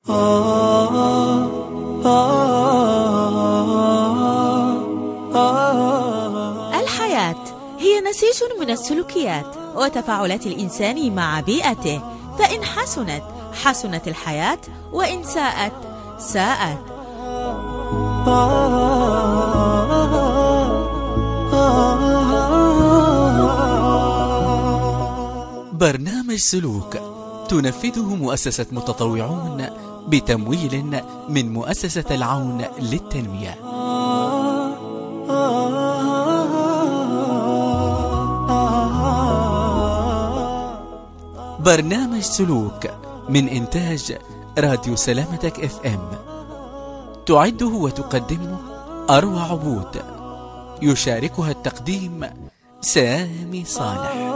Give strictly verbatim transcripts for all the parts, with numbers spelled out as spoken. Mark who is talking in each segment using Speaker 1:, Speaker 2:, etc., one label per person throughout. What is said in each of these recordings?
Speaker 1: الحياة هي نسيج من السلوكيات وتفاعلات الإنسان مع بيئته، فإن حسنت حسنت الحياة، وإن ساءت ساءت.
Speaker 2: برنامج سلوك تنفذه مؤسسة متطوعون بتمويل من مؤسسة العون للتنمية. برنامج سلوك من إنتاج راديو سلامتك اف ام، تعده وتقدمه أروى عبود، يشاركها التقديم سامي صالح.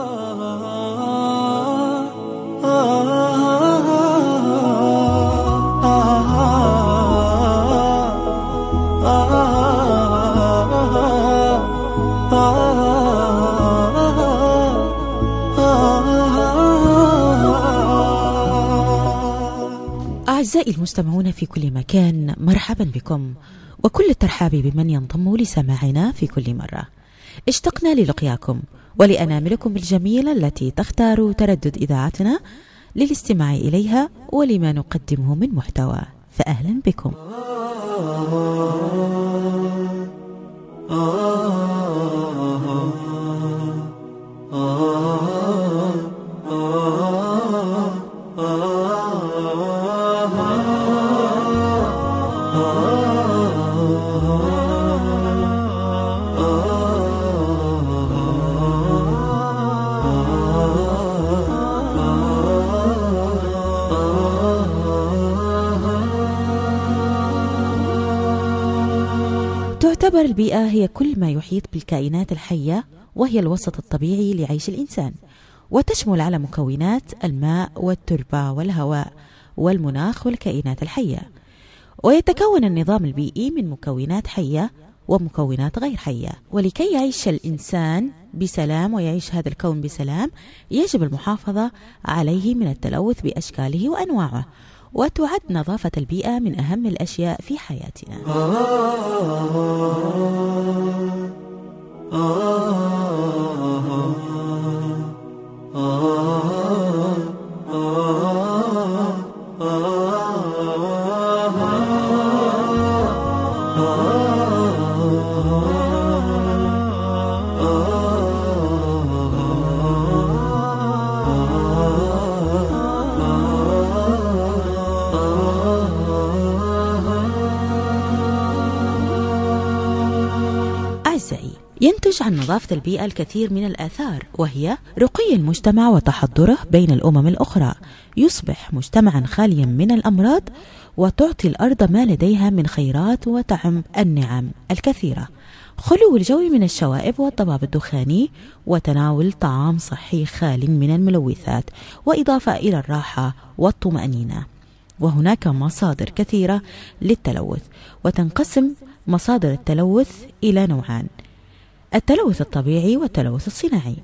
Speaker 1: أعزائي المستمعون في كل مكان، مرحبا بكم وكل الترحاب بمن ينضم لسماعنا في كل مرة. اشتقنا للقياكم ولأناملكم الجميلة التي تختار تردد إذاعتنا للاستماع إليها ولما نقدمه من محتوى، فأهلا بكم. تعتبر البيئة هي كل ما يحيط بالكائنات الحية، وهي الوسط الطبيعي لعيش الإنسان، وتشمل على مكونات الماء والتربة والهواء والمناخ والكائنات الحية. ويتكون النظام البيئي من مكونات حية ومكونات غير حية، ولكي يعيش الإنسان بسلام ويعيش هذا الكون بسلام يجب المحافظة عليه من التلوث بأشكاله وأنواعه، وتعد نظافة البيئة من أهم الأشياء في حياتنا. ينتج عن نظافة البيئة الكثير من الآثار، وهي رقي المجتمع وتحضره بين الأمم الأخرى، يصبح مجتمعا خاليا من الأمراض، وتعطي الأرض ما لديها من خيرات وتعم النعم الكثيرة، خلو الجو من الشوائب والضباب الدخاني، وتناول طعام صحي خال من الملوثات، وإضافة إلى الراحة والطمأنينة. وهناك مصادر كثيرة للتلوث، وتنقسم مصادر التلوث إلى نوعان: التلوث الطبيعي والتلوث الصناعي.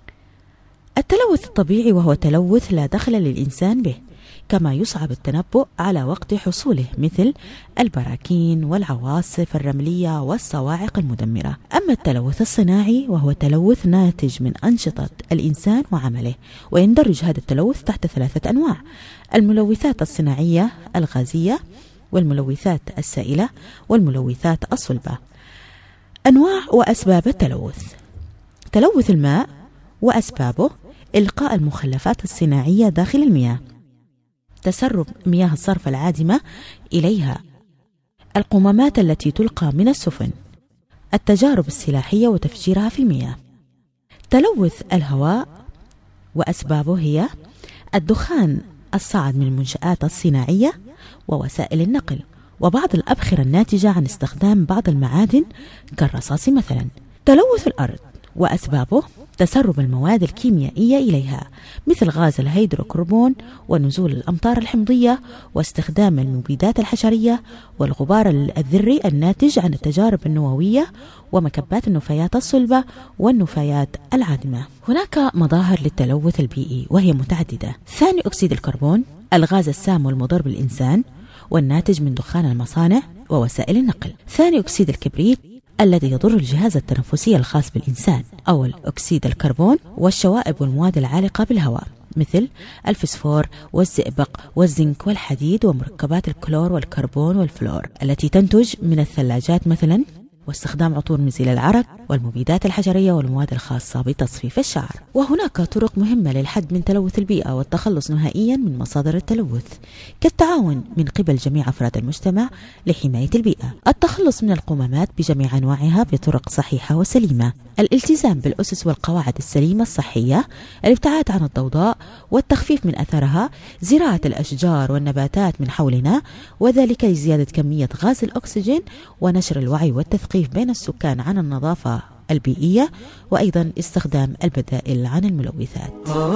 Speaker 1: التلوث الطبيعي وهو تلوث لا دخل للإنسان به، كما يصعب التنبؤ على وقت حصوله، مثل البراكين والعواصف الرملية والصواعق المدمرة. أما التلوث الصناعي وهو تلوث ناتج من أنشطة الإنسان وعمله، ويندرج هذا التلوث تحت ثلاثة أنواع: الملوثات الصناعية الغازية، والملوثات السائلة، والملوثات الصلبة. أنواع وأسباب التلوث: تلوث الماء وأسبابه: إلقاء المخلفات الصناعية داخل المياه، تسرب مياه الصرف العادمة إليها، القمامات التي تلقى من السفن، التجارب السلاحية وتفجيرها في المياه. تلوث الهواء وأسبابه هي الدخان الصاعد من المنشآت الصناعية ووسائل النقل، وبعض الأبخرة الناتجة عن استخدام بعض المعادن كالرصاص مثلا. تلوث الأرض وأسبابه: تسرب المواد الكيميائية إليها، مثل غاز الهيدروكربون ونزول الأمطار الحمضية واستخدام المبيدات الحشرية والغبار الذري الناتج عن التجارب النووية ومكبات النفايات الصلبة والنفايات العادمة. هناك مظاهر للتلوث البيئي وهي متعددة: ثاني أكسيد الكربون، الغاز السام والمضر بالإنسان والناتج من دخان المصانع ووسائل النقل. ثاني أكسيد الكبريت الذي يضر الجهاز التنفسي الخاص بالإنسان. أول أكسيد الكربون والشوائب والمواد العالقة بالهواء مثل الفسفور والزئبق والزنك والحديد ومركبات الكلور والكربون والفلور التي تنتج من الثلاجات مثلا، واستخدام عطور مزيل العرق والمبيدات الحجرية والمواد الخاصة بتصفيف الشعر. وهناك طرق مهمة للحد من تلوث البيئة والتخلص نهائيا من مصادر التلوث، كالتعاون من قبل جميع أفراد المجتمع لحماية البيئة، التخلص من القمامات بجميع أنواعها بطرق صحيحة وسليمة، الالتزام بالأسس والقواعد السليمة الصحية، الابتعاد عن الضوضاء والتخفيف من أثرها، زراعة الأشجار والنباتات من حولنا، وذلك لزيادة كمية غاز الأكسجين ونشر الوعي والتثقيف بين السكان عن النظافة البيئية، وأيضا استخدام البدائل عن الملوثات.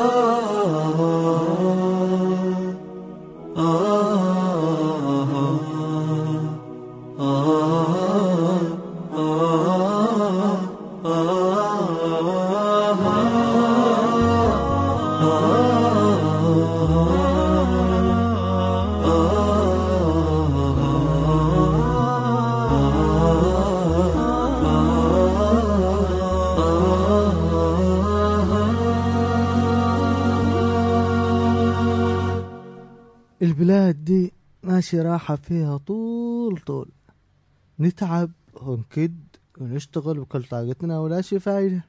Speaker 3: البلاد دي ماشي راحة فيها طول طول، نتعب ونكد ونشتغل بكل طاقتنا ولا شي فايدة.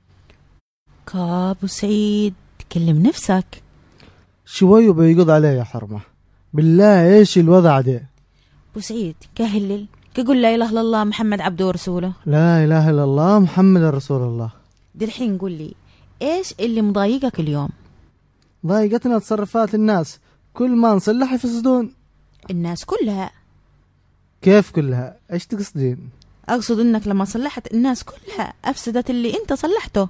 Speaker 1: كابو سعيد تكلم نفسك
Speaker 3: شوي وبيقض عليه يا حرمة، بالله ايش الوضع ده؟
Speaker 1: ابو سعيد كهلل كقول لا اله الا الله محمد عبده ورسوله.
Speaker 3: لا اله الا الله محمد رسول الله.
Speaker 1: دي الحين قول لي ايش اللي مضايقك اليوم؟
Speaker 3: ضايقتنا تصرفات الناس، كل ما نصلح يفسدون.
Speaker 1: الناس كلها؟
Speaker 3: كيف كلها؟ ايش تقصدين؟
Speaker 1: اقصد انك لما صلحت الناس كلها افسدت اللي انت صلحته.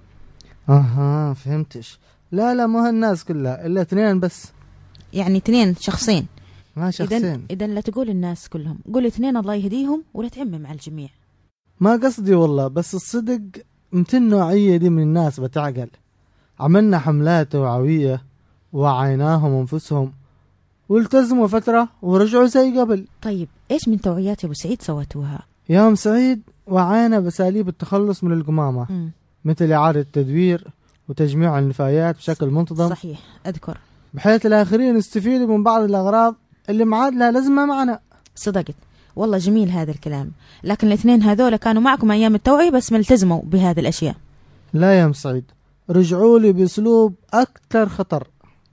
Speaker 3: اها فهمتش. لا لا مو هالناس كلها الا اثنين بس.
Speaker 1: يعني اثنين شخصين؟
Speaker 3: ما شخصين.
Speaker 1: اذا لا تقول الناس كلهم، قول اثنين الله يهديهم ولا تعمم على الجميع.
Speaker 3: ما قصدي والله، بس الصدق متى النوعية دي من الناس بتعقل. عملنا حملات توعوية وعيناهم انفسهم والتزموا فترة ورجعوا زي قبل.
Speaker 1: طيب ايش من توعيات يا ابو سعيد سويتوها؟
Speaker 3: يا ام سعيد وعينا بأساليب التخلص من القمامة، م. مثل إعادة التدوير وتجميع النفايات بشكل منتظم.
Speaker 1: صحيح أذكر،
Speaker 3: بحيث الآخرين يستفيدوا من بعض الأغراض اللي معاد لها لازمة معنا.
Speaker 1: صدقت والله، جميل هذا الكلام، لكن الاثنين هذول كانوا معكم أيام التوعية بس ما التزموا بهذه الأشياء.
Speaker 3: لا يا ام سعيد، رجعوا لي بأسلوب أكثر خطر.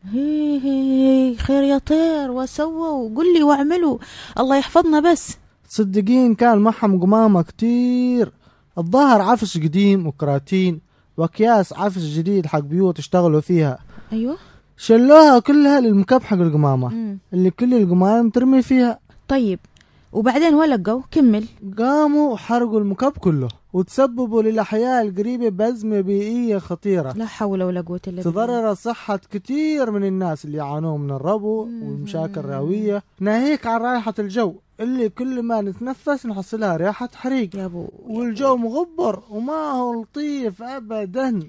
Speaker 1: هي هي خير يا طير، وسووا وقل لي واعملوا، الله يحفظنا. بس
Speaker 3: صدقين كان معهم قمامة كتير، الظاهر عفش قديم وكراتين واكياس عفش جديد حق بيوت اشتغلوا فيها.
Speaker 1: ايوه
Speaker 3: شلوها كلها للمكب حق القمامة م. اللي كل القمامة ترمي فيها.
Speaker 1: طيب وبعدين ولقوا كمل؟
Speaker 3: قاموا حرقوا المكب كله وتسببوا للأحياء القريبة بأزمة بيئية خطيرة.
Speaker 1: لا حول ولا قوة إلا بالله.
Speaker 3: تضرر صحة كتير من الناس اللي يعانون من الربو والمشاكل الرئوية، ناهيك عن رائحة الجو اللي كل ما نتنفس نحصلها ريحة حريق
Speaker 1: يا أبو،
Speaker 3: والجو مغبر وما هو لطيف أبدا.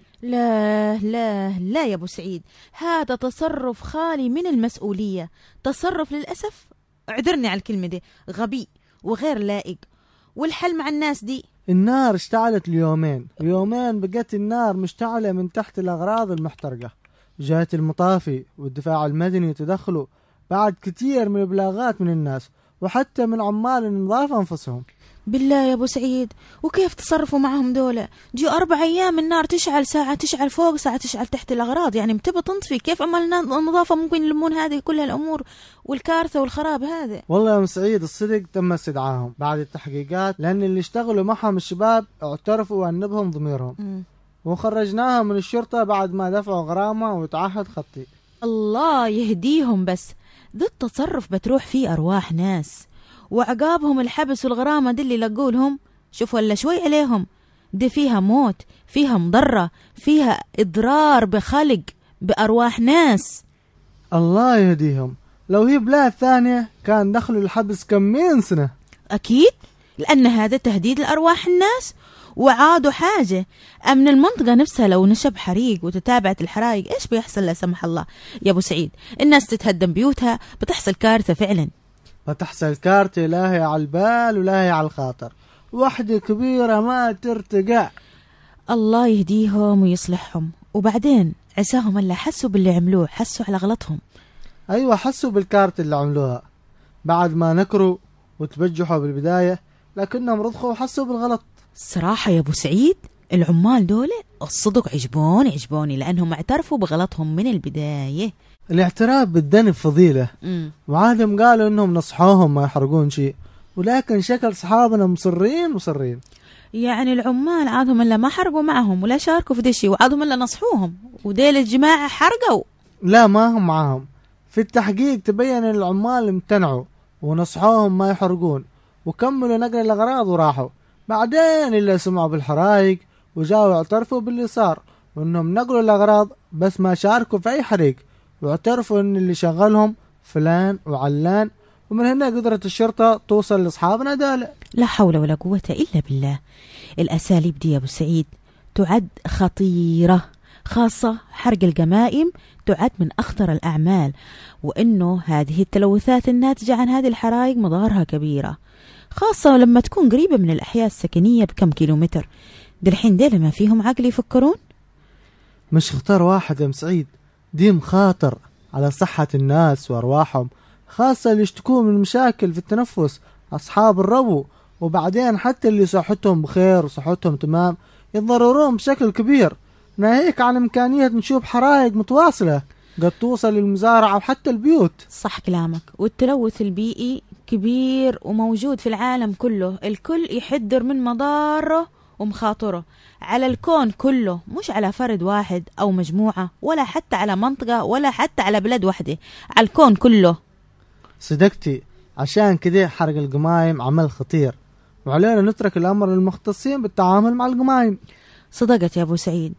Speaker 1: لا لا لا يا أبو سعيد، هذا تصرف خالي من المسؤولية، تصرف للأسف، اعذرني على الكلمة دي، غبي وغير لائق. والحل مع الناس دي؟
Speaker 3: النار اشتعلت اليومين يومين بقت النار مشتعلة من تحت الأغراض المحترقة. جهة المطافي والدفاع المدني تدخلوا بعد كتير من إبلاغات من الناس وحتى من عمال النظافة أنفسهم. بالله
Speaker 1: يا أبو سعيد، وكيف تصرفوا معهم دولة؟ جي أربع أيام النار تشعل، ساعة تشعل فوق ساعة تشعل تحت الأغراض، يعني متبى تنطفي، كيف أما النظافة ممكن يلمون هذه كل الأمور والكارثة والخراب هذا؟
Speaker 3: والله يا أم سعيد الصدق تم استدعاهم بعد التحقيقات، لأن اللي اشتغلوا معهم الشباب اعترفوا وأنبهم ضميرهم م. وخرجناهم من الشرطة بعد ما دفعوا غرامة وتعهد خطي.
Speaker 1: الله يهديهم، بس ذا التصرف بتروح فيه أرواح ناس، وعقابهم الحبس والغرامة دي اللي لقولهم شوف ولا شوي عليهم، دي فيها موت، فيها مضرة، فيها إضرار بخلق بأرواح ناس.
Speaker 3: الله يهديهم، لو هي بلاد ثانية كان دخلوا الحبس كمين سنة.
Speaker 1: أكيد، لأن هذا تهديد لأرواح الناس، وعادوا حاجة. أمن المنطقة نفسها لو نشب حريق وتتابعت الحرائق إيش بيحصل لا سمح الله يا أبو سعيد؟ الناس تتهدم بيوتها، بتحصل كارثة فعلا.
Speaker 3: بتحصل كارثة لا هي على البال ولا هي على الخاطر، وحدة كبيرة ما ترتقع.
Speaker 1: الله يهديهم ويصلحهم. وبعدين عساهم اللي حسوا باللي عملوه، حسوا على غلطهم.
Speaker 3: أيوة حسوا بالكارثة اللي عملوها بعد ما نكروا وتبجحوا بالبداية، لكنهم رضخوا وحسوا بالغلط.
Speaker 1: الصراحة يا أبو سعيد العمال دول الصدق عجبوني عجبوني لأنهم اعترفوا بغلطهم من البداية.
Speaker 3: الاعتراف بالذنب فضيلة، وعادهم قالوا انهم نصحوهم ما يحرقون شيء، ولكن شكل صحابنا مصرين مصرين.
Speaker 1: يعني العمال عادهم الا ما حرقوا معهم ولا شاركوا في دي الشيء، وعادهم الا نصحوهم، وديل الجماعة حرقوا.
Speaker 3: لا ما هم معاهم. في التحقيق تبين ان العمال امتنعوا ونصحوهم ما يحرقون، وكملوا نقل الاغراض وراحوا. بعدين اللي سمعوا بالحرايق وجاوا اعترفوا باللي صار، وانهم نقلوا الاغراض بس ما شاركوا في اي حريق، واعترفوا ان اللي شغلهم فلان وعلان. ومن هنا قدرت الشرطة توصل لاصحابنا دول.
Speaker 1: لا حول ولا قوة الا بالله. الاساليب دي يا ابو سعيد تعد خطيرة، خاصة حرق الجمائم تعد من اخطر الاعمال، وانه هذه التلوثات الناتجة عن هذه الحرائق مضارها كبيرة، خاصة لما تكون قريبة من الاحياء السكنية بكم كيلومتر. دلحين ديل ما فيهم عقل يفكرون؟
Speaker 3: مش خطر واحد يا مسعيد، دي مخاطر على صحة الناس وأرواحهم، خاصة اللي يشتكون من مشاكل في التنفس، أصحاب الربو. وبعدين حتى اللي صحتهم بخير وصحتهم تمام يتضررون بشكل كبير، ناهيك عن إمكانية نشوف حرائق متواصلة قد توصل للمزارع وحتى البيوت.
Speaker 1: صح كلامك. والتلوث البيئي كبير وموجود في العالم كله، الكل يحذر من مضاره ومخاطره على الكون كله، مش على فرد واحد أو مجموعة، ولا حتى على منطقة، ولا حتى على بلد واحدة، على الكون كله.
Speaker 3: صدقتي، عشان كده حرق القمايم عمل خطير، وعلينا نترك الأمر للمختصين بالتعامل مع القمايم.
Speaker 1: صدقت يا أبو سعيد.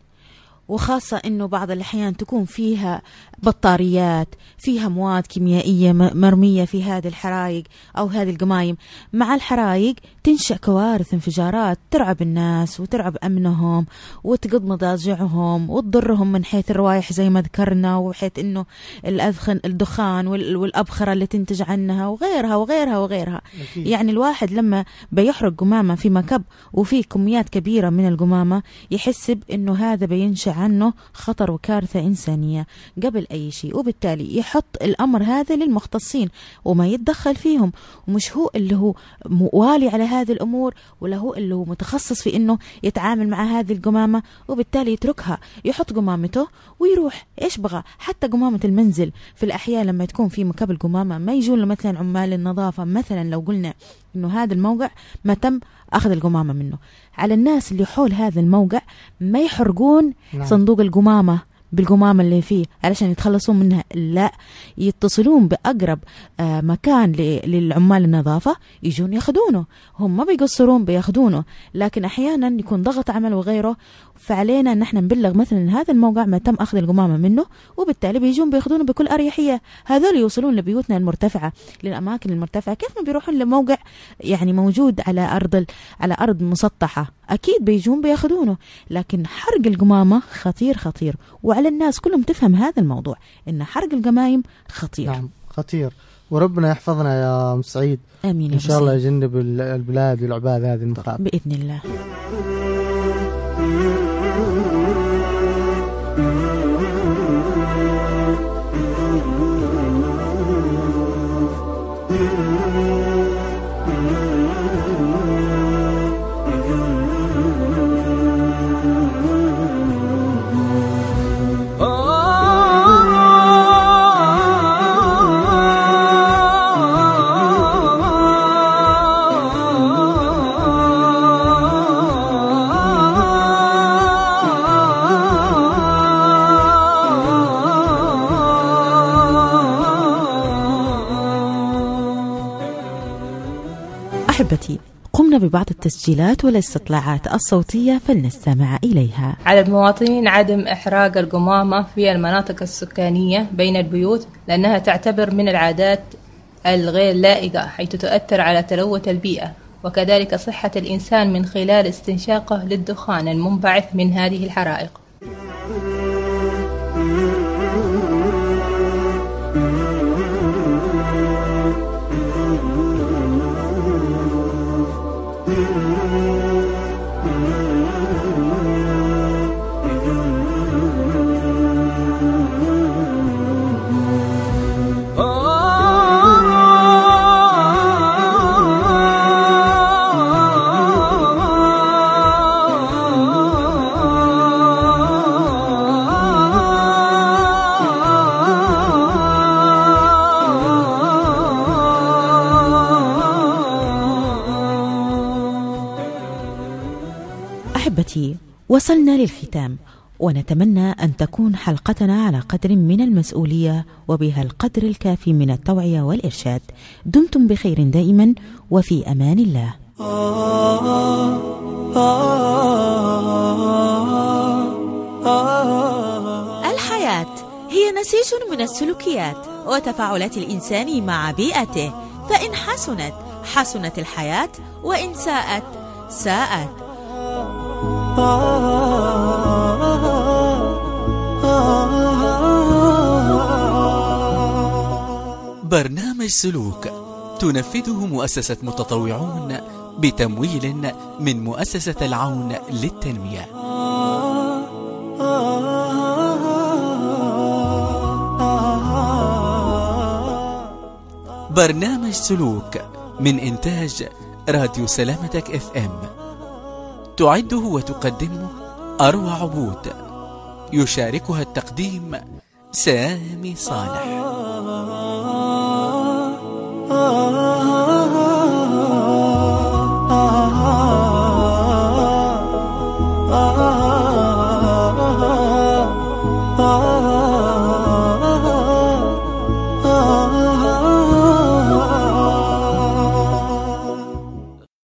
Speaker 1: وخاصة أنه بعض الأحيان تكون فيها بطاريات، فيها مواد كيميائية مرمية في هذه الحرائق أو هذه القمايم. مع الحرائق تنشأ كوارث، انفجارات ترعب الناس وترعب أمنهم وتقض مضاجعهم وتضرهم من حيث الروائح زي ما ذكرنا، وحيث أنه الأدخن الدخان والأبخرة اللي تنتج عنها وغيرها وغيرها وغيرها. أكيد. يعني الواحد لما بيحرق قمامة في مكب وفيه كميات كبيرة من القمامة يحس بأنه هذا بينشأ عنه خطر وكارثة إنسانية قبل أي شيء، وبالتالي يحط الأمر هذا للمختصين وما يتدخل فيهم، ومش هو اللي هو موالي على هذه الأمور، ولا هو اللي هو متخصص في إنه يتعامل مع هذه القمامة، وبالتالي يتركها، يحط قمامته ويروح. إيش بغى؟ حتى قمامة المنزل في الأحياء لما تكون في مكب القمامة ما يجون له مثلا عمال النظافة، مثلا لو قلنا إنه هذا الموقع ما تم أخذ القمامة منه، على الناس اللي حول هذا الموقع ما يحرقون نعم. صندوق القمامة بالقمامة اللي فيه علشان يتخلصون منها، لا، يتصلون بأقرب آه مكان للعمال النظافة يجون ياخدونه، هم ما بيقصرون بياخدونه. لكن أحيانا يكون ضغط عمل وغيره، فعلينا أن احنا نبلغ مثلا هذا الموقع ما تم أخذ القمامة منه، وبالتالي بيجون بياخدونه بكل أريحية. هذول يوصلون لبيوتنا المرتفعة، للأماكن المرتفعة. كيف ما بيروحون لموقع يعني موجود على أرض على أرض مسطحة؟ أكيد بيجون بياخدونه. لكن حرق القمامة خطير خطير، وعلى الناس كلهم تفهم هذا الموضوع إن حرق القمايم خطير.
Speaker 3: نعم خطير، وربنا يحفظنا يا مسعيد.
Speaker 1: آمين
Speaker 3: إن شاء الله يجنب البلاد والعباد هذه المخاطر
Speaker 1: بإذن الله. أحبتي، قمنا ببعض التسجيلات والاستطلاعات الصوتية فلنستمع إليها.
Speaker 4: على المواطنين عدم إحراق القمامة في المناطق السكانية بين البيوت، لأنها تعتبر من العادات الغير لائقة حيث تؤثر على تلوث البيئة وكذلك صحة الإنسان من خلال استنشاقه للدخان المنبعث من هذه الحرائق.
Speaker 1: أحبتي، وصلنا للختام، ونتمنى أن تكون حلقتنا على قدر من المسؤولية وبها القدر الكافي من التوعية والإرشاد. دمتم بخير دائما وفي أمان الله. الحياة هي نسيج من السلوكيات وتفاعلات الإنسان مع بيئته، فإن حسنت حسنت الحياة، وإن ساءت ساءت.
Speaker 2: برنامج سلوك تنفذه مؤسسة متطوعون بتمويل من مؤسسة العون للتنمية. برنامج سلوك من إنتاج راديو سلامتك اف ام، تعده وتقدمه أروى عبود، يشاركها التقديم سامي صالح.